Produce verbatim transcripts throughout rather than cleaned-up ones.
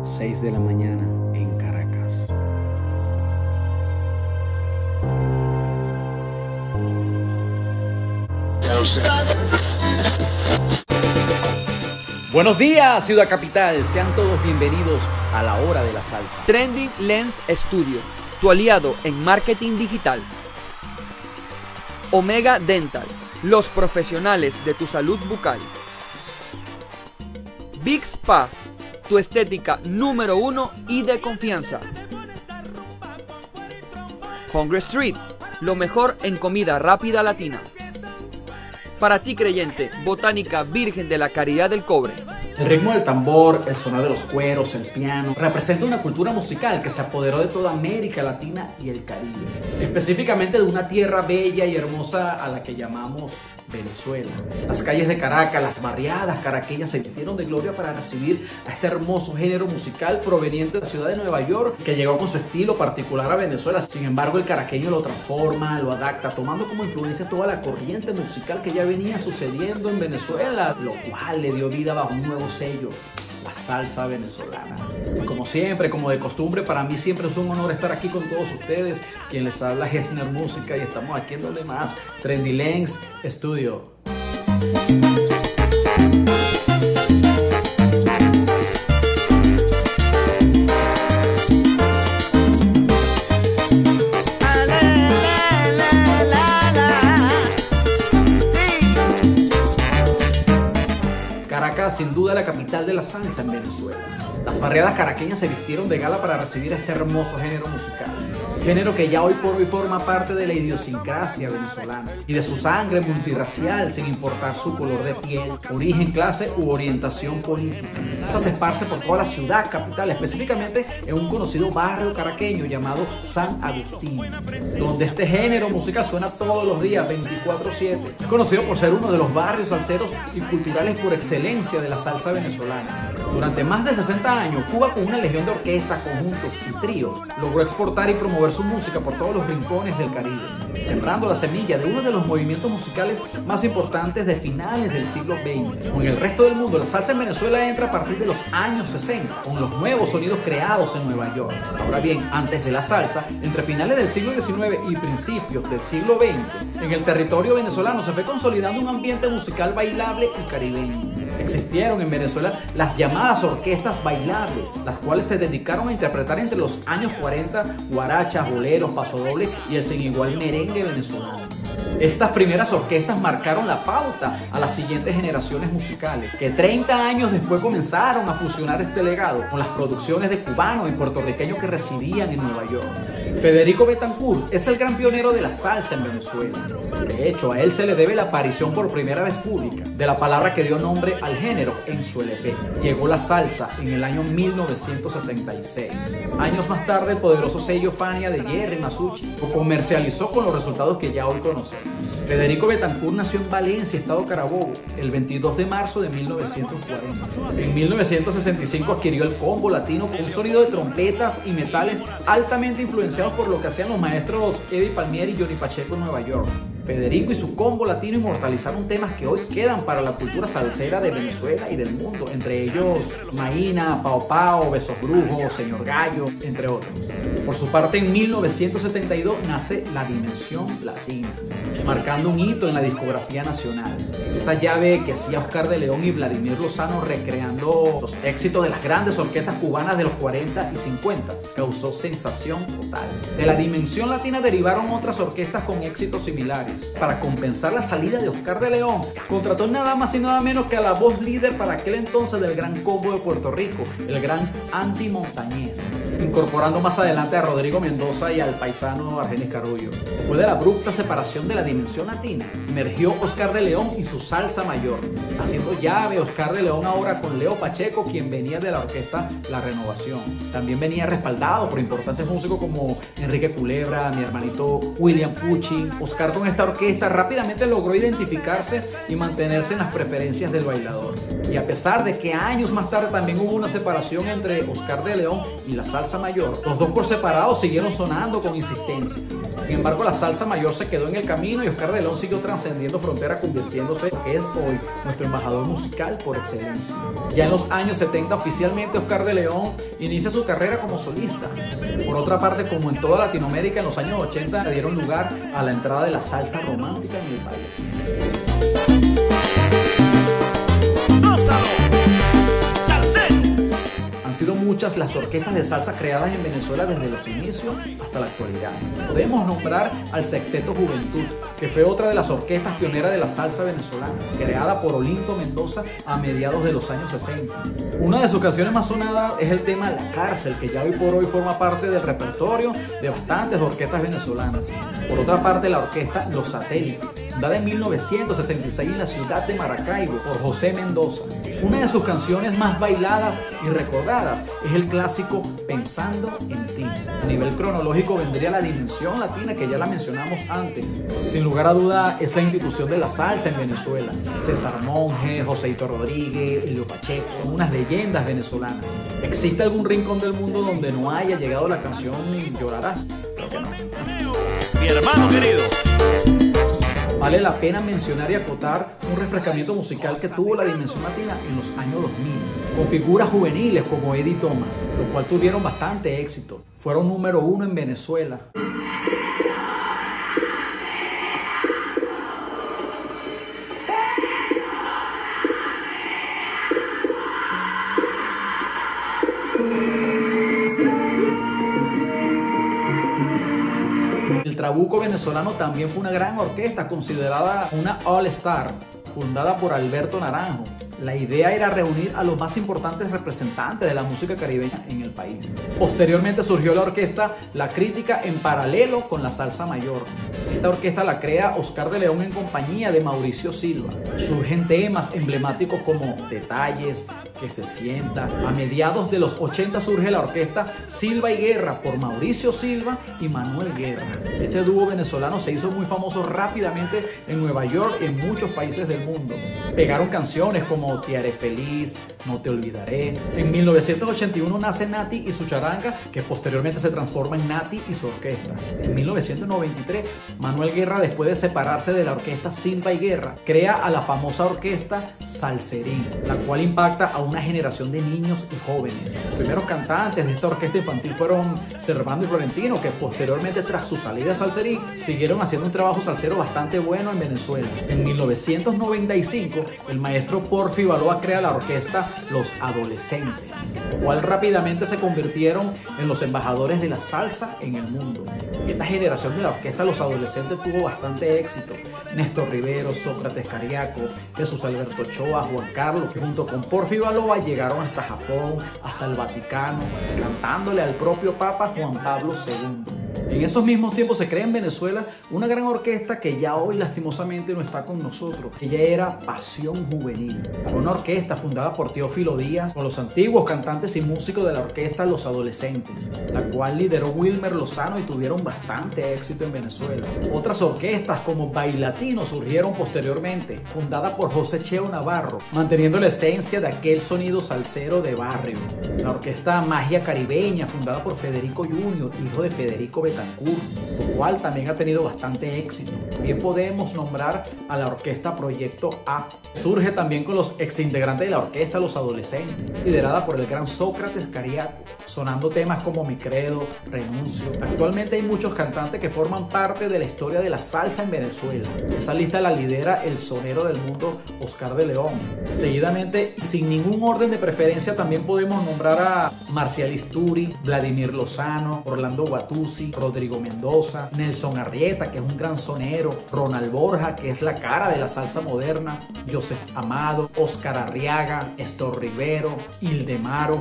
seis de la mañana en Caracas. Buenos días, Ciudad Capital. Sean todos bienvenidos a la hora de la salsa. Trending Lens Studio, tu aliado en marketing digital. Omega Dental, los profesionales de tu salud bucal. Big Spa, tu estética número uno y de confianza. Hungry Street, lo mejor en comida rápida latina. Para ti creyente, Botánica Virgen de la Caridad del Cobre. El ritmo del tambor, el sonido de los cueros, el piano, representa una cultura musical que se apoderó de toda América Latina y el Caribe. Específicamente de una tierra bella y hermosa a la que llamamos Venezuela. Las calles de Caracas, las barriadas caraqueñas se vistieron de gloria para recibir a este hermoso género musical proveniente de la ciudad de Nueva York, que llegó con su estilo particular a Venezuela. Sin embargo, el caraqueño lo transforma, lo adapta, tomando como influencia toda la corriente musical que ya venía sucediendo en Venezuela, lo cual le dio vida bajo un nuevo sello: la salsa venezolana. Y como siempre, como de costumbre, para mí siempre es un honor estar aquí con todos ustedes. Quien les habla es Esner Música y estamos aquí en donde más Trendy Lens Studio. Caracas, sin duda la capital de la salsa en Venezuela. Las barriadas caraqueñas se vistieron de gala para recibir a este hermoso género musical. Género que ya hoy por hoy forma parte de la idiosincrasia venezolana y de su sangre multirracial, sin importar su color de piel, origen, clase u orientación política. Esa se esparce por toda la ciudad capital, específicamente en un conocido barrio caraqueño llamado San Agustín, donde este género musical suena todos los días, veinticuatro siete. Es conocido por ser uno de los barrios salseros y culturales por excelencia de la salsa venezolana. Durante más de sesenta años, Cuba, con una legión de orquestas, conjuntos y tríos, logró exportar y promover su música por todos los rincones del Caribe, sembrando la semilla de uno de los movimientos musicales más importantes de finales del siglo veinte. Con el resto del mundo, la salsa en Venezuela entra a partir de los años sesenta, con los nuevos sonidos creados en Nueva York. Ahora bien, antes de la salsa, entre finales del siglo diecinueve y principios del siglo veinte, en el territorio venezolano se fue consolidando un ambiente musical bailable y caribeño. Existieron en Venezuela las llamadas orquestas bailables, las cuales se dedicaron a interpretar entre los años cuarenta guarachas, boleros, pasodoble y el sin igual merengue venezolano. Estas primeras orquestas marcaron la pauta a las siguientes generaciones musicales, que treinta años después comenzaron a fusionar este legado con las producciones de cubanos y puertorriqueños que residían en Nueva York. Federico Betancourt es el gran pionero de la salsa en Venezuela. De hecho, a él se le debe la aparición por primera vez pública de la palabra que dio nombre al género en su L P. Llegó la salsa en el año mil novecientos sesenta y seis. Años más tarde, el poderoso sello Fania de Jerry Masucci lo comercializó con los resultados que ya hoy conocemos. Federico Betancourt nació en Valencia, estado Carabobo, el veintidós de marzo de mil novecientos cuarenta. En mil novecientos sesenta y cinco adquirió el combo latino con un sonido de trompetas y metales altamente influenciados por lo que hacían los maestros Eddie Palmieri y Johnny Pacheco en Nueva York. Federico y su combo latino inmortalizaron temas que hoy quedan para la cultura salsera de Venezuela y del mundo, entre ellos Maína, Pao Pao, Besos Brujos, Señor Gallo, entre otros. Por su parte, en mil novecientos setenta y dos nace La Dimensión Latina, marcando un hito en la discografía nacional. Esa llave que hacía Oscar de León y Vladimir Lozano recreando los éxitos de las grandes orquestas cubanas de los cuarenta y cincuenta causó sensación total. De La Dimensión Latina derivaron otras orquestas con éxitos similares. Para compensar la salida de Oscar de León, contrató nada más y nada menos que a la voz líder para aquel entonces del Gran Combo de Puerto Rico, el gran Andy Montañez, incorporando más adelante a Rodrigo Mendoza y al paisano Argenis Carullo. Después de la abrupta separación de La Dimensión Latina, emergió Oscar de León y su salsa mayor, haciendo llave Oscar de León ahora con Leo Pacheco, quien venía de la orquesta La Renovación. También venía respaldado por importantes músicos como Enrique Culebra, mi hermanito William Pucci. Oscar con esta orquesta rápidamente logró identificarse y mantenerse en las preferencias del bailador. Y a pesar de que años más tarde también hubo una separación entre Oscar de León y la salsa mayor, los dos por separado siguieron sonando con insistencia. Sin embargo, la salsa mayor se quedó en el camino y Oscar de León siguió trascendiendo fronteras, convirtiéndose en lo que es hoy nuestro embajador musical por excelencia. Ya en los años setenta oficialmente Oscar de León inicia su carrera como solista. Por otra parte, como en toda Latinoamérica, en los años ochenta le dieron lugar a la entrada de la salsa romántica en el país. Han sido muchas las orquestas de salsa creadas en Venezuela desde los inicios hasta la actualidad. Podemos nombrar al Sexteto Juventud, que fue otra de las orquestas pioneras de la salsa venezolana, creada por Olinto Mendoza a mediados de los años sesenta. Una de sus canciones más sonadas es el tema La Cárcel, que ya hoy por hoy forma parte del repertorio de bastantes orquestas venezolanas. Por otra parte, la orquesta Los Satélites, fundada en mil novecientos sesenta y seis en la ciudad de Maracaibo por José Mendoza. Una de sus canciones más bailadas y recordadas es el clásico Pensando en Ti. A nivel cronológico vendría la Dimensión Latina, que ya la mencionamos antes. Sin lugar a duda es la institución de la salsa en Venezuela. César Monge, Joséito Rodríguez, Elio Pacheco son unas leyendas venezolanas. ¿Existe algún rincón del mundo donde no haya llegado la canción Llorarás? Creo que no. Mi hermano querido. Vale la pena mencionar y acotar un refrescamiento musical que tuvo la Dimensión Latina en los años dos mil, con figuras juveniles como Eddie Thomas, los cuales tuvieron bastante éxito. Fueron número uno en Venezuela. El Trabuco venezolano también fue una gran orquesta, considerada una All-Star, fundada por Alberto Naranjo. La idea era reunir a los más importantes representantes de la música caribeña en el país. Posteriormente surgió la orquesta La Crítica en paralelo con la salsa mayor. Esta orquesta la crea Oscar de León en compañía de Mauricio Silva. Surgen temas emblemáticos como Detalles, Que se sienta. A mediados de los ochenta surge la orquesta Silva y Guerra por Mauricio Silva y Manuel Guerra. Este dúo venezolano se hizo muy famoso rápidamente en Nueva York y en muchos países del mundo. Pegaron canciones como Te haré feliz, No te olvidaré. En mil novecientos ochenta y uno nace Nati y su charanga, que posteriormente se transforma en Nati y su orquesta. En mil novecientos noventa y tres, Manuel Guerra, después de separarse de la orquesta Silva y Guerra, crea a la famosa orquesta Salserín, la cual impacta a una generación de niños y jóvenes. Los primeros cantantes de esta orquesta infantil fueron Servando y Florentino, que posteriormente, tras su salida a Salserín, siguieron haciendo un trabajo salsero bastante bueno en Venezuela. En mil novecientos noventa y cinco, el maestro Porfi Baloa crea la orquesta Los Adolescentes, lo cual rápidamente se convirtieron en los embajadores de la salsa en el mundo. Esta generación de la orquesta Los Adolescentes tuvo bastante éxito. Néstor Rivero, Sócrates Cariaco, Jesús Alberto Ochoa, Juan Carlos, que junto con Porfi Baloa llegaron hasta Japón, hasta el Vaticano, cantándole al propio Papa Juan Pablo segundo. En esos mismos tiempos se crea en Venezuela una gran orquesta que ya hoy lastimosamente no está con nosotros. Ella era Pasión Juvenil. Fue una orquesta fundada por Teófilo Díaz con los antiguos cantantes y músicos de la orquesta Los Adolescentes, la cual lideró Wilmer Lozano y tuvieron bastante éxito en Venezuela. Otras orquestas como Bailatino surgieron posteriormente, fundada por José Cheo Navarro, manteniendo la esencia de aquel sonido salsero de barrio. La orquesta Magia Caribeña, fundada por Federico junior, hijo de Federico Betancourt, lo cual también ha tenido bastante éxito. También podemos nombrar a la orquesta Proyecto A. Surge también con los exintegrantes de la orquesta Los Adolescentes, liderada por el gran Sócrates Cariaco, sonando temas como Mi Credo, Renuncio. Actualmente hay muchos cantantes que forman parte de la historia de la salsa en Venezuela. Esa lista la lidera el sonero del mundo Oscar de León. Seguidamente, sin ningún orden de preferencia, también podemos nombrar a Marcial Isturi, Vladimir Lozano, Orlando Guatuzzi, Rodrigo Mendoza, Nelson Arrieta, que es un gran sonero, Ronald Borja, que es la cara de la salsa moderna, Joseph Amado, Oscar Arriaga, Estor Rivero, Ildemaro.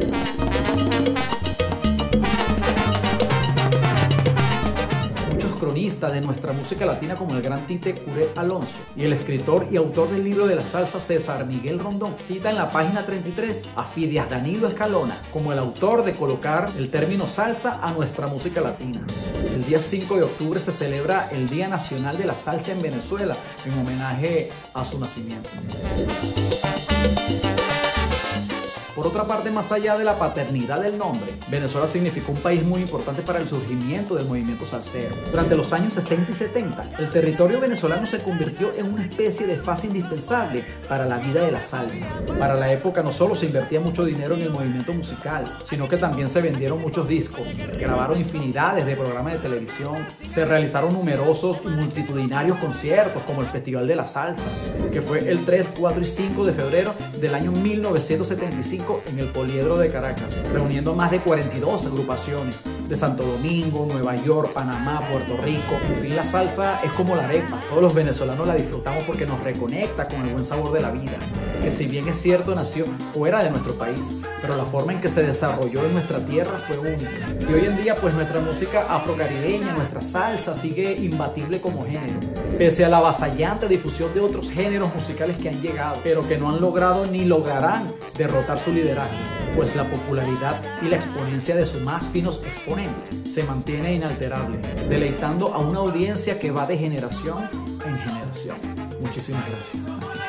Cronista de nuestra música latina como el gran Tite Curet Alonso y el escritor y autor del libro de la salsa César Miguel Rondón cita en la página treinta y tres a Fidias Danilo Escalona como el autor de colocar el término salsa a nuestra música latina. El día cinco de octubre se celebra el Día Nacional de la Salsa en Venezuela en homenaje a su nacimiento. Por otra parte, más allá de la paternidad del nombre, Venezuela significó un país muy importante para el surgimiento del movimiento salsero. Durante los años sesenta y setenta, el territorio venezolano se convirtió en una especie de fase indispensable para la vida de la salsa. Para la época no solo se invertía mucho dinero en el movimiento musical, sino que también se vendieron muchos discos, grabaron infinidades de programas de televisión, se realizaron numerosos y multitudinarios conciertos como el Festival de la Salsa, que fue el tres, cuatro y cinco de febrero del año mil novecientos setenta y cinco en el Poliedro de Caracas, reuniendo más de cuarenta y dos agrupaciones de Santo Domingo, Nueva York, Panamá, Puerto Rico. En fin, la salsa es como la arepa, todos los venezolanos la disfrutamos porque nos reconecta con el buen sabor de la vida, que si bien es cierto nació fuera de nuestro país, pero la forma en que se desarrolló en nuestra tierra fue única. Y hoy en día pues nuestra música afrocaribeña, nuestra salsa sigue imbatible como género, pese a la avasallante difusión de otros géneros musicales que han llegado, pero que no han logrado ni lograrán derrotar su liderazgo, pues la popularidad y la exponencia de sus más finos exponentes se mantiene inalterable, deleitando a una audiencia que va de generación en generación. Muchísimas gracias.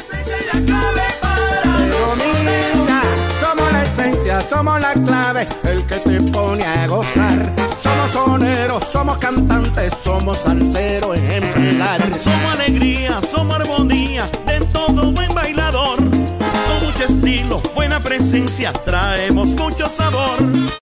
Somos la esencia, somos la clave, el que te pone a gozar. Somos soneros, somos cantantes, somos salseros ejemplar. Somos alegría, somos armonía de todo buen bailador. Con mucho estilo, buena presencia, traemos mucho sabor.